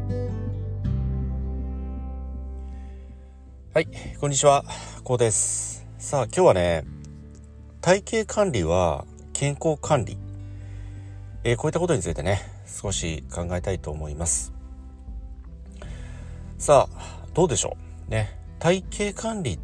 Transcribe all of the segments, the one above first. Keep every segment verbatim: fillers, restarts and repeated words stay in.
はい、こんにちは、こうです。さあ、今日はね、体型管理は健康管理、えー、こういったことについてね、少し考えたいと思います。さあ、どうでしょうね。体型管理って、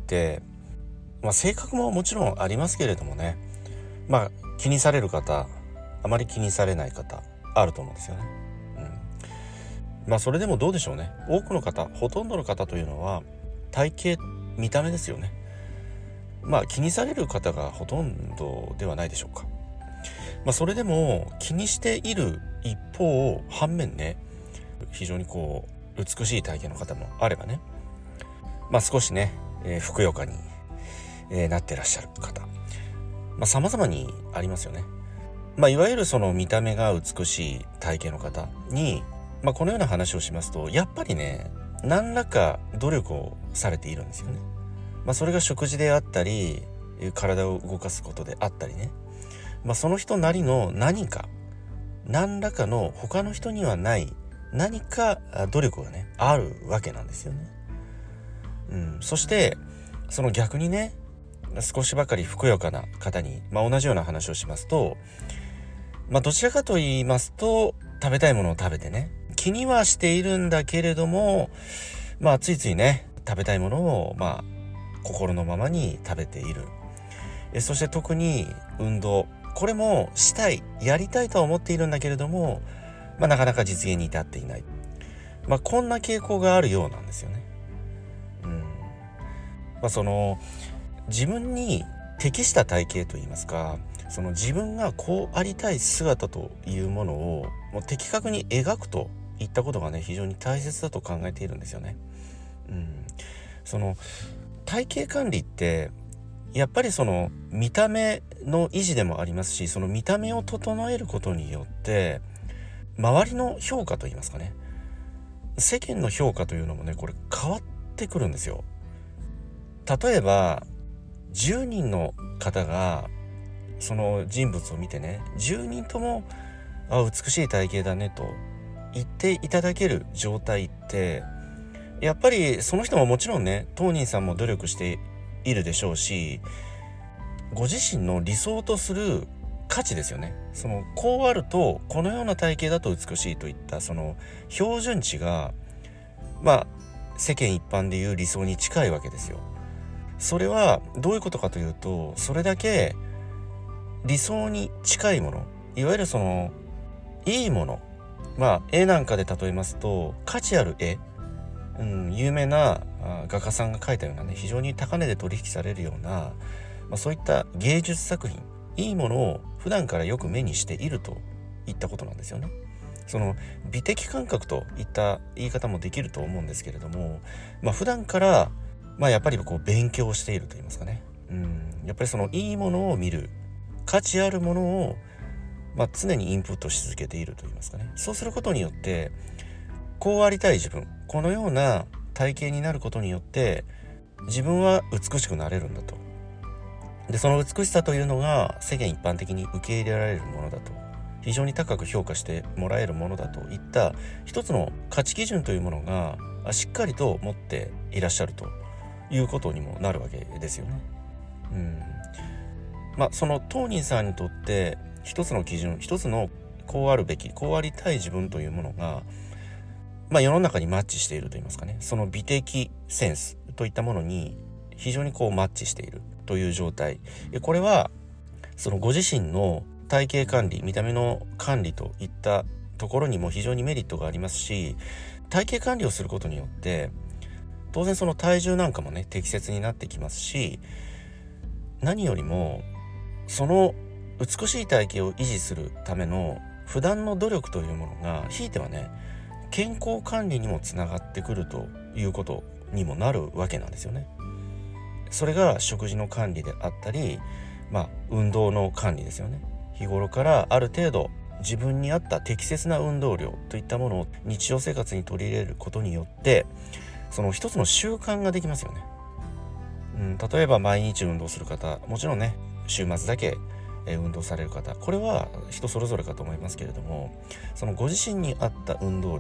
まあ、性格ももちろんありますけれどもね、まあ気にされる方、あまり気にされない方あると思うんですよね。うん、まあそれでもどうでしょうね。多くの方、ほとんどの方というのは体型、見た目ですよね。まあ気にされる方がほとんどではないでしょうか。まあそれでも気にしている一方、反面ね、非常にこう美しい体型の方もあればね、まあ少しね、えー、ふくよかに、えー、なってらっしゃる方、まあ様々にありますよね。まあいわゆるその見た目が美しい体型の方に、まあこのような話をしますと、やっぱりね、何らか努力をされているんですよね。まあそれが食事であったり、体を動かすことであったりね。まあその人なりの何か、何らかの他の人にはない何か努力がね、あるわけなんですよね。うん。そして、その逆にね、少しばかりふくよかな方に、まあ同じような話をしますと、まあどちらかと言いますと、食べたいものを食べてね、気にはしているんだけれども、まあついついね、食べたいものをまあ心のままに食べている。えそして特に運動、これもしたい、やりたいとは思っているんだけれども、まあなかなか実現に至っていない。まあこんな傾向があるようなんですよね。うん。まあその自分に適した体型といいますか、その自分がこうありたい姿というものをもう的確に描くといったことがね、非常に大切だと考えているんですよね。うん、その体型管理ってやっぱりその見た目の維持でもありますし、その見た目を整えることによって周りの評価といいますかね、世間の評価というのもね、これ変わってくるんですよ。例えばじゅうにんの方がその人物を見てね、じゅうにんともあ美しい体型だねと言っていただける状態って、やっぱりその人ももちろんね、当人さんも努力しているでしょうし、ご自身の理想とする価値ですよね。そのこうあるとこのような体型だと美しいといったその標準値が、まあ世間一般でいう理想に近いわけですよ。それはどういうことかというと、それだけ理想に近いもの、いわゆるそのいいもの、まあ絵なんかで例えますと価値ある絵、うん、有名な画家さんが描いたようなね、非常に高値で取引されるような、まあ、そういった芸術作品、いいものを普段からよく目にしているといったことなんですよね。その美的感覚といった言い方もできると思うんですけれども、まあ普段からまあやっぱりこう勉強していると言いますかね、うん、やっぱりそのいいものを見る、価値あるものを、まあ、常にインプットし続けていると言いますかね。そうすることによってこうありたい自分、このような体型になることによって自分は美しくなれるんだと。でその美しさというのが世間一般的に受け入れられるものだと、非常に高く評価してもらえるものだといった一つの価値基準というものがしっかりと持っていらっしゃるということにもなるわけですよね。うん、まあその当人さんにとって一つの基準、一つのこうあるべき、こうありたい自分というものが、まあ世の中にマッチしていると言いますかね、その美的センスといったものに非常にこうマッチしているという状態。これはそのご自身の体型管理、見た目の管理といったところにも非常にメリットがありますし、体型管理をすることによって当然その体重なんかもね適切になってきますし、何よりもその美しい体型を維持するための普段の努力というものが、ひいてはね健康管理にもつながってくるということにもなるわけなんですよね。それが食事の管理であったり、まあ運動の管理ですよね。日頃からある程度自分に合った適切な運動量といったものを日常生活に取り入れることによって、その一つの習慣ができますよね。うん、例えば毎日運動する方、もちろんね週末だけ運動される方、これは人それぞれかと思いますけれども、そのご自身に合った運動量、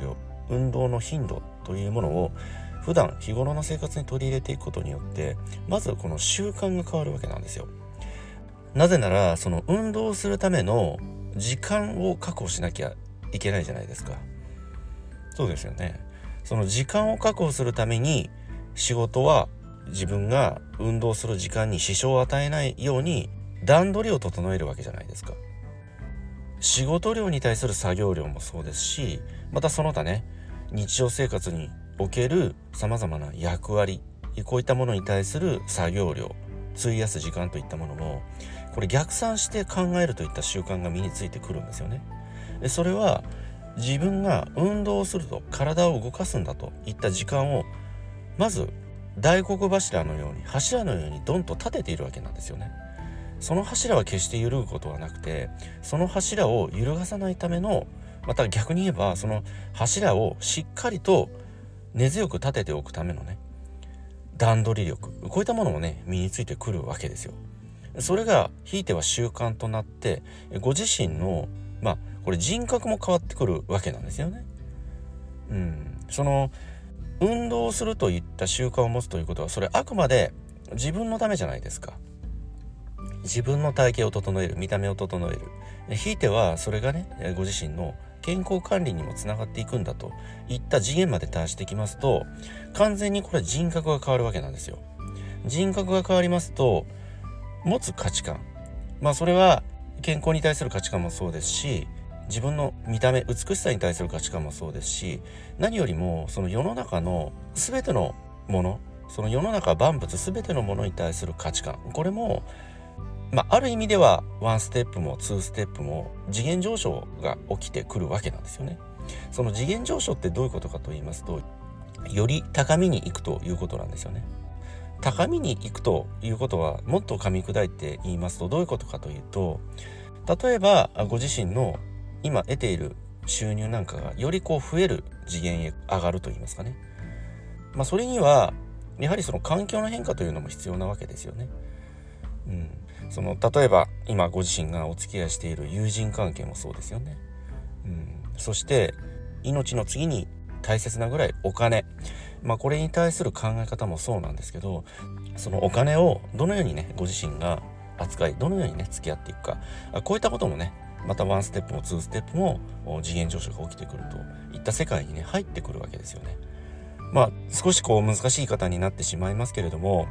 運動の頻度というものを普段日頃の生活に取り入れていくことによって、まずこの習慣が変わるわけなんですよ。なぜならその運動するための時間を確保しなきゃいけないじゃないですか。そうですよね。その時間を確保するために仕事は自分が運動する時間に支障を与えないように段取りを整えるわけじゃないですか。仕事量に対する作業量もそうですし、またその他ね、日常生活における様々な役割、こういったものに対する作業量、費やす時間といったものも、これ逆算して考えるといった習慣が身についてくるんですよね。でそれは自分が運動をすると、体を動かすんだといった時間をまず大黒柱のように、柱のようにドンと立てているわけなんですよね。その柱は決して揺るぐことはなくて、その柱を揺るがさないための、また逆に言えばその柱をしっかりと根強く立てておくためのね、段取り力、こういったものもね身についてくるわけですよ。それがひいては習慣となって、ご自身のまあこれ人格も変わってくるわけなんですよね。うん、その運動をするといった習慣を持つということは、それあくまで自分のためじゃないですか。自分の体型を整える、見た目を整える、ひいてはそれがねご自身の健康管理にもつながっていくんだといった次元まで達してきますと、完全にこれ人格が変わるわけなんですよ。人格が変わりますと、持つ価値観、まあそれは健康に対する価値観もそうですし、自分の見た目、美しさに対する価値観もそうですし、何よりもその世の中の全てのもの、その世の中万物全てのものに対する価値観、これもまあ、ある意味ではワンステップもツーステップも次元上昇が起きてくるわけなんですよね。その次元上昇ってどういうことかと言いますと、より高みに行くということなんですよね。高みに行くということは、もっと噛み砕いて言いますとどういうことかというと、例えばご自身の今得ている収入なんかがよりこう増える次元へ上がると言いますかね。まあ、それにはやはりその環境の変化というのも必要なわけですよね。うん、その例えば今ご自身がお付き合いしている友人関係もそうですよね。うん、そして命の次に大切なぐらいお金、まあこれに対する考え方もそうなんですけど、そのお金をどのようにねご自身が扱い、どのようにね付き合っていくか、こういったこともね、またワンステップもツーステップも次元上昇が起きてくるといった世界にね入ってくるわけですよね。まあ少しこう難しい言い方になってしまいますけれども、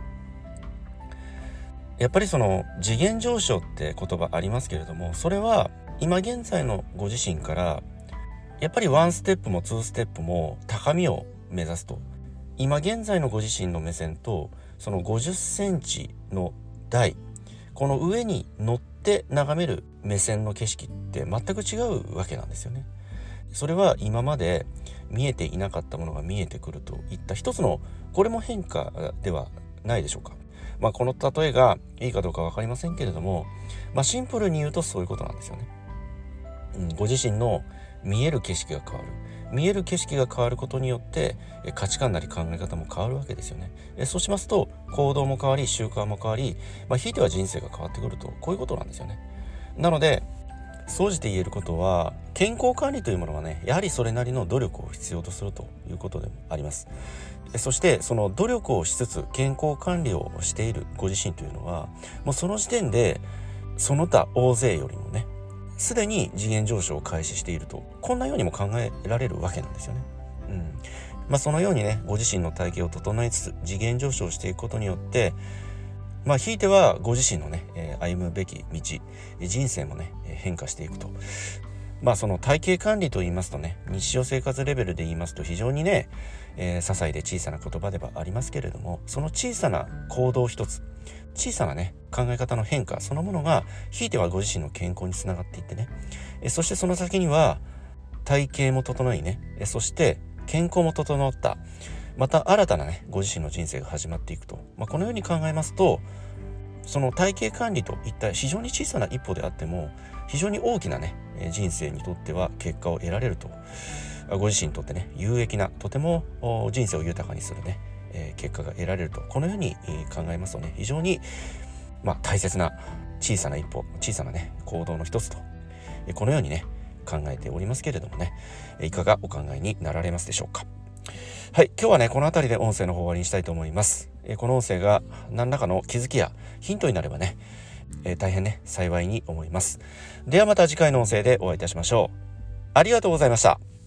やっぱりその次元上昇って言葉ありますけれども、それは今現在のご自身からやっぱりワンステップもツーステップも高みを目指すと、今現在のご自身の目線とそのごじゅっセンチの台、この上に乗って眺める目線の景色って全く違うわけなんですよね。それは今まで見えていなかったものが見えてくるといった一つの、これも変化ではないでしょうか。まあ、この例えがいいかどうか分かりませんけれども、まあ、シンプルに言うとそういうことなんですよね。うん、ご自身の見える景色が変わる、見える景色が変わることによって価値観なり考え方も変わるわけですよね。えそうしますと行動も変わり、習慣も変わり、まあ、ひいては人生が変わってくると、こういうことなんですよね。なので総じて言えることは、健康管理というものはね、やはりそれなりの努力を必要とするということでもあります。そしてその努力をしつつ健康管理をしているご自身というのは、もうその時点でその他大勢よりもね、すでに次元上昇を開始していると、こんなようにも考えられるわけなんですよね。うんまあ、そのようにね、ご自身の体型を整えつつ次元上昇していくことによって、まあひいてはご自身のね、えー、歩むべき道、人生もね変化していくと。まあその体型管理と言いますとね、日常生活レベルで言いますと非常にね、えー、些細で小さな言葉ではありますけれども、その小さな行動一つ、小さなね考え方の変化そのものがひいてはご自身の健康につながっていってね、えそしてその先には体型も整いね、えそして健康も整った、また新たなねご自身の人生が始まっていくと、まあ、このように考えますと、その体型管理といった非常に小さな一歩であっても非常に大きなね人生にとっては結果を得られると、ご自身にとってね有益な、とても人生を豊かにするね、えー、結果が得られると、このように考えますとね、非常に、まあ、大切な小さな一歩、小さなね行動の一つと、このようにね考えておりますけれどもね、いかがお考えになられますでしょうか。はい、今日はねこの辺りで音声の方終わりにしたいと思います。えこの音声が何らかの気づきやヒントになればね、え大変ね幸いに思います。ではまた次回の音声でお会いいたしましょう。ありがとうございました。